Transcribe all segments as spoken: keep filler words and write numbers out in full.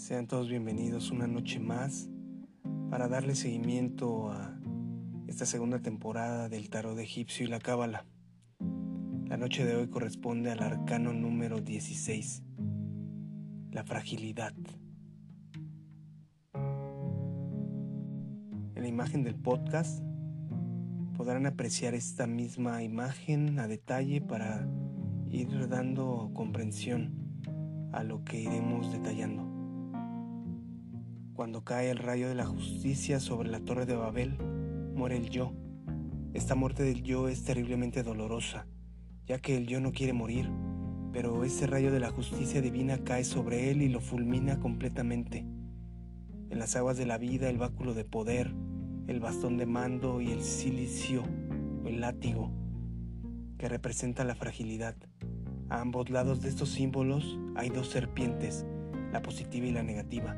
Sean todos bienvenidos una noche más para darle seguimiento a esta segunda temporada del Tarot Egipcio y la Cábala. La noche de hoy corresponde al arcano número dieciséis, la fragilidad. En la imagen del podcast podrán apreciar esta misma imagen a detalle para ir dando comprensión a lo que iremos detallando. Cuando cae el rayo de la justicia sobre la torre de Babel, muere el yo. Esta muerte del yo es terriblemente dolorosa, ya que el yo no quiere morir, pero ese rayo de la justicia divina cae sobre él y lo fulmina completamente. En las aguas de la vida, el báculo de poder, el bastón de mando y el cilicio o el látigo, que representa la fragilidad. A ambos lados de estos símbolos hay dos serpientes, la positiva y la negativa.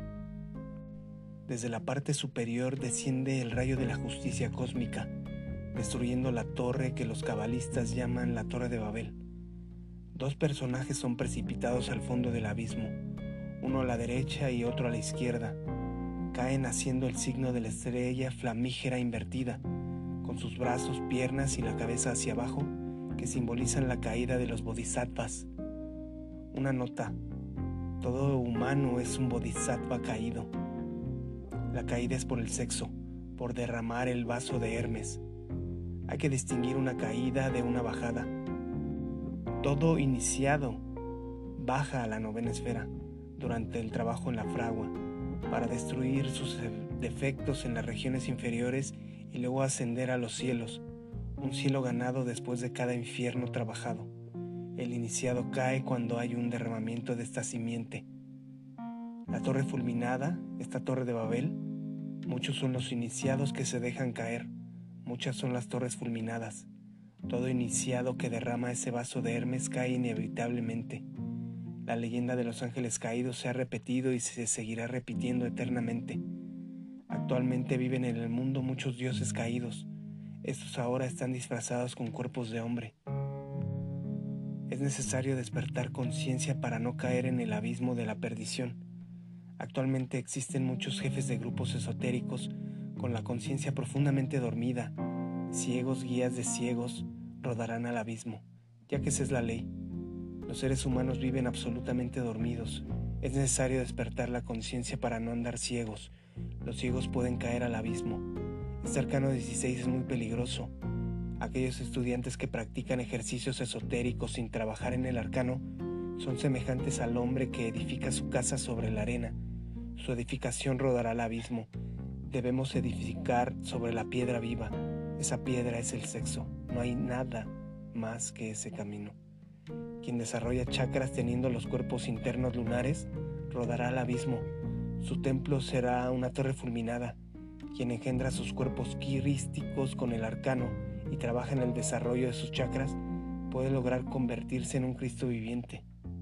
Desde la parte superior desciende el rayo de la justicia cósmica, destruyendo la torre que los cabalistas llaman la Torre de Babel. Dos personajes son precipitados al fondo del abismo, uno a la derecha y otro a la izquierda. Caen haciendo el signo de la estrella flamígera invertida, con sus brazos, piernas y la cabeza hacia abajo, que simbolizan la caída de los bodhisattvas. Una nota: todo humano es un bodhisattva caído. La caída es por el sexo, por derramar el vaso de Hermes. Hay que distinguir una caída de una bajada. Todo iniciado baja a la novena esfera durante el trabajo en la fragua, para destruir sus defectos en las regiones inferiores y luego ascender a los cielos, un cielo ganado después de cada infierno trabajado. El iniciado cae cuando hay un derramamiento de esta simiente. La torre fulminada, esta torre de Babel, muchos son los iniciados que se dejan caer, muchas son las torres fulminadas. Todo iniciado que derrama ese vaso de Hermes cae inevitablemente. La leyenda de los ángeles caídos se ha repetido y se seguirá repitiendo eternamente. Actualmente viven en el mundo muchos dioses caídos. Estos ahora están disfrazados con cuerpos de hombre. Es necesario despertar conciencia para no caer en el abismo de la perdición. Actualmente existen muchos jefes de grupos esotéricos con la conciencia profundamente dormida. Ciegos guías de ciegos rodarán al abismo, ya que esa es la ley. Los seres humanos viven absolutamente dormidos. Es necesario despertar la conciencia para no andar ciegos. Los ciegos pueden caer al abismo. Este arcano dieciséis es muy peligroso. Aquellos estudiantes que practican ejercicios esotéricos sin trabajar en el arcano son semejantes al hombre que edifica su casa sobre la arena. Su edificación rodará al abismo. Debemos edificar sobre la piedra viva. Esa piedra es el sexo. No hay nada más que ese camino. Quien desarrolla chakras teniendo los cuerpos internos lunares, rodará al abismo. Su templo será una torre fulminada. Quien engendra sus cuerpos quirísticos con el arcano y trabaja en el desarrollo de sus chakras, puede lograr convertirse en un Cristo viviente.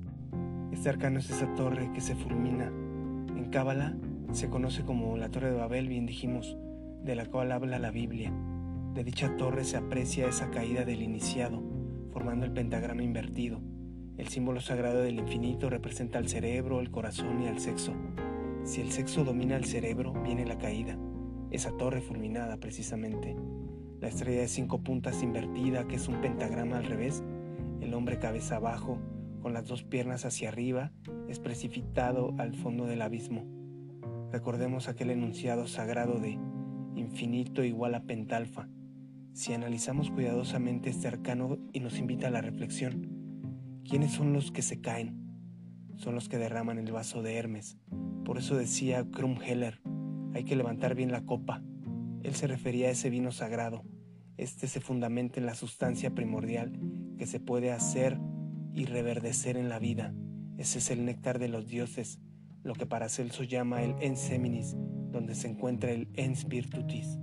Este arcano es esa torre que se fulmina. En Cábala se conoce como la Torre de Babel, bien dijimos, de la cual habla la Biblia. De dicha torre se aprecia esa caída del iniciado, formando el pentagrama invertido. El símbolo sagrado del infinito representa al cerebro, el corazón y al sexo. Si el sexo domina el cerebro, viene la caída, esa torre fulminada precisamente. La estrella de cinco puntas invertida, que es un pentagrama al revés, el hombre cabeza abajo, con las dos piernas hacia arriba, es precipitado al fondo del abismo. Recordemos aquel enunciado sagrado de infinito igual a pentalfa. Si analizamos cuidadosamente este arcano y nos invita a la reflexión, ¿quiénes son los que se caen? Son los que derraman el vaso de Hermes. Por eso decía Krumheller, hay que levantar bien la copa. Él se refería a ese vino sagrado. Este se fundamenta en la sustancia primordial que se puede hacer y reverdecer en la vida. Ese es el néctar de los dioses, lo que Paracelso llama el ens seminis, donde se encuentra el ens virtutis.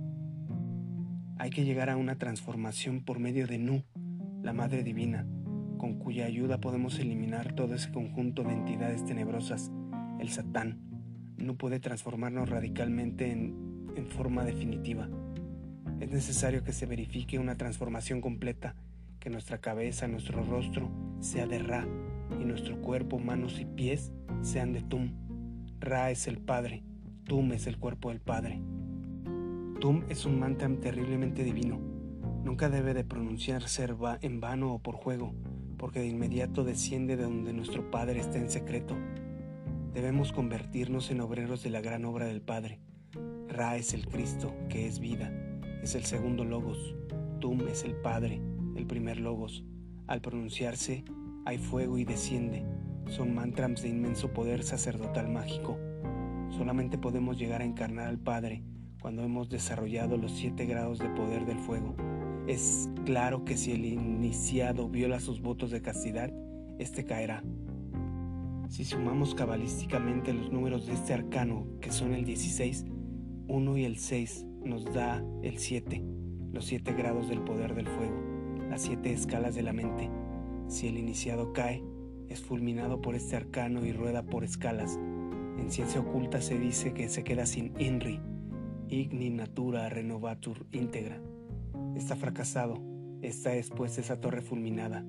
Hay que llegar a una transformación por medio de Nu, la Madre Divina, con cuya ayuda podemos eliminar todo ese conjunto de entidades tenebrosas, el Satán. Nu puede transformarnos radicalmente en, en forma definitiva. Es necesario que se verifique una transformación completa, que nuestra cabeza, nuestro rostro sea de Ra y nuestro cuerpo, manos y pies sean de Tum. Ra es el Padre, Tum es el cuerpo del Padre. Tum es un mantra terriblemente divino. Nunca debe de pronunciarse en vano o por juego, porque de inmediato desciende de donde nuestro Padre está en secreto. Debemos convertirnos en obreros de la gran obra del Padre. Ra es el Cristo, que es vida, es el segundo Logos. Tum es el Padre, el primer Logos. Al pronunciarse, hay fuego y desciende. Son mantras de inmenso poder sacerdotal mágico. Solamente podemos llegar a encarnar al Padre cuando hemos desarrollado los siete grados de poder del fuego. Es claro que si el iniciado viola sus votos de castidad, éste caerá. Si sumamos cabalísticamente los números de este arcano, que son el dieciséis, uno y el seis, nos da el siete, los siete grados del poder del fuego, las siete escalas de la mente. Si el iniciado cae, es fulminado por este arcano y rueda por escalas. En ciencia oculta se dice que se queda sin INRI, Igni Natura Renovatur Integra. Está fracasado, esta es pues esa torre fulminada.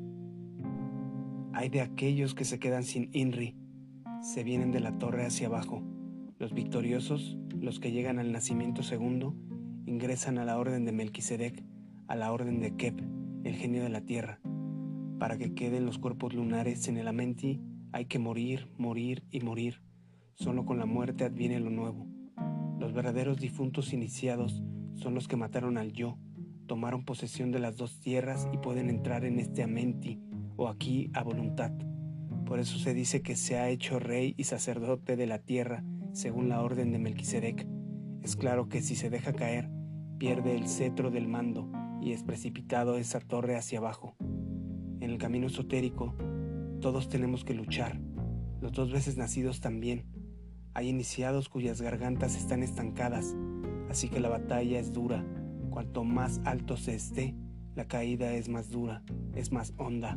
Hay de aquellos que se quedan sin INRI, se vienen de la torre hacia abajo. Los victoriosos, los que llegan al nacimiento segundo, ingresan a la orden de Melquisedec, a la orden de Kep, el genio de la tierra. Para que queden los cuerpos lunares en el Amenti, hay que morir, morir y morir. Solo con la muerte adviene lo nuevo. Los verdaderos difuntos iniciados son los que mataron al yo, tomaron posesión de las dos tierras y pueden entrar en este Amenti, o aquí a voluntad. Por eso se dice que se ha hecho rey y sacerdote de la tierra, según la orden de Melquisedec. Es claro que si se deja caer, pierde el cetro del mando y es precipitado esa torre hacia abajo. En el camino esotérico, todos tenemos que luchar, los dos veces nacidos también. Hay iniciados cuyas gargantas están estancadas, así que la batalla es dura. Cuanto más alto se esté, la caída es más dura, es más honda.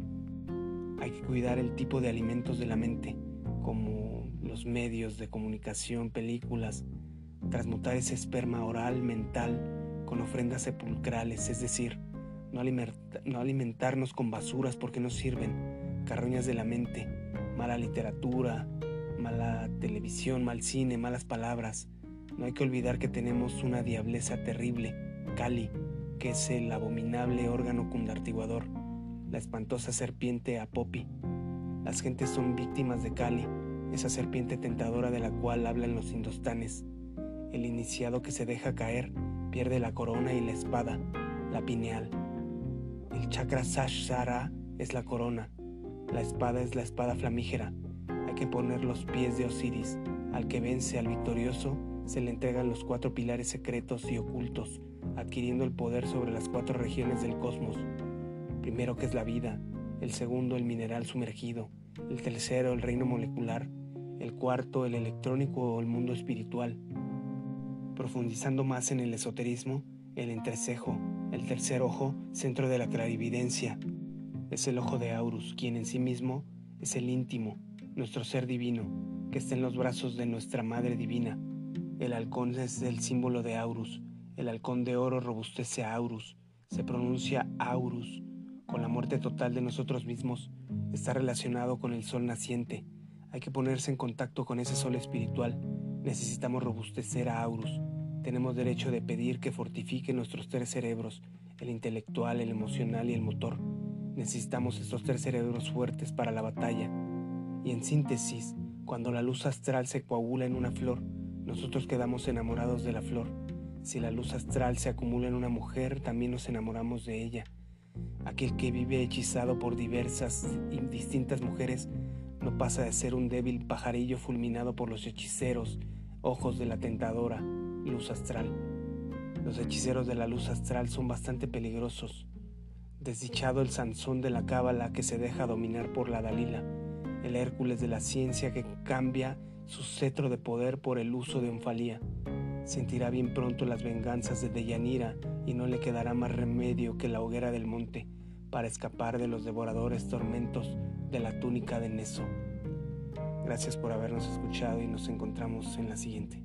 Hay que cuidar el tipo de alimentos de la mente, como los medios de comunicación, películas, transmutar ese esperma oral mental con ofrendas sepulcrales, es decir, no, alimenta, no alimentarnos con basuras porque no sirven, carroñas de la mente, mala literatura, mala televisión, mal cine, malas palabras. No hay que olvidar que tenemos una diableza terrible, Kali, que es el abominable órgano cundartiguador, la espantosa serpiente Apopi. Las gentes son víctimas de Kali, esa serpiente tentadora de la cual hablan los indostanes. El iniciado que se deja caer pierde la corona y la espada, la pineal. El chakra Sahasrara es la corona, la espada es la espada flamígera. Hay que poner los pies de Osiris. Al que vence al victorioso se le entregan los cuatro pilares secretos y ocultos, adquiriendo el poder sobre las cuatro regiones del cosmos. Primero, que es la vida; el segundo, el mineral sumergido; el tercero, el reino molecular; el cuarto, el electrónico o el mundo espiritual. Profundizando más en el esoterismo, el entrecejo, el tercer ojo, centro de la clarividencia, es el ojo de Aurus, quien en sí mismo es el íntimo, nuestro ser divino, que está en los brazos de nuestra Madre Divina. El halcón es el símbolo de Aurus. El halcón de oro robustece a Aurus. Se pronuncia Aurus. Con la muerte total de nosotros mismos, está relacionado con el sol naciente. Hay que ponerse en contacto con ese sol espiritual. Necesitamos robustecer a Aurus. Tenemos derecho de pedir que fortifique nuestros tres cerebros, el intelectual, el emocional y el motor. Necesitamos estos tres cerebros fuertes para la batalla. Y en síntesis, cuando la luz astral se coagula en una flor, nosotros quedamos enamorados de la flor. Si la luz astral se acumula en una mujer, también nos enamoramos de ella. Aquel que vive hechizado por diversas y distintas mujeres no pasa de ser un débil pajarillo fulminado por los hechiceros, ojos de la tentadora luz astral. Los hechiceros de la luz astral son bastante peligrosos. Desdichado el Sansón de la cábala que se deja dominar por la Dalila, el Hércules de la ciencia que cambia su cetro de poder por el uso de Onfalía. Sentirá bien pronto las venganzas de Deyanira y no le quedará más remedio que la hoguera del monte para escapar de los devoradores tormentos de la túnica de Neso. Gracias por habernos escuchado y nos encontramos en la siguiente.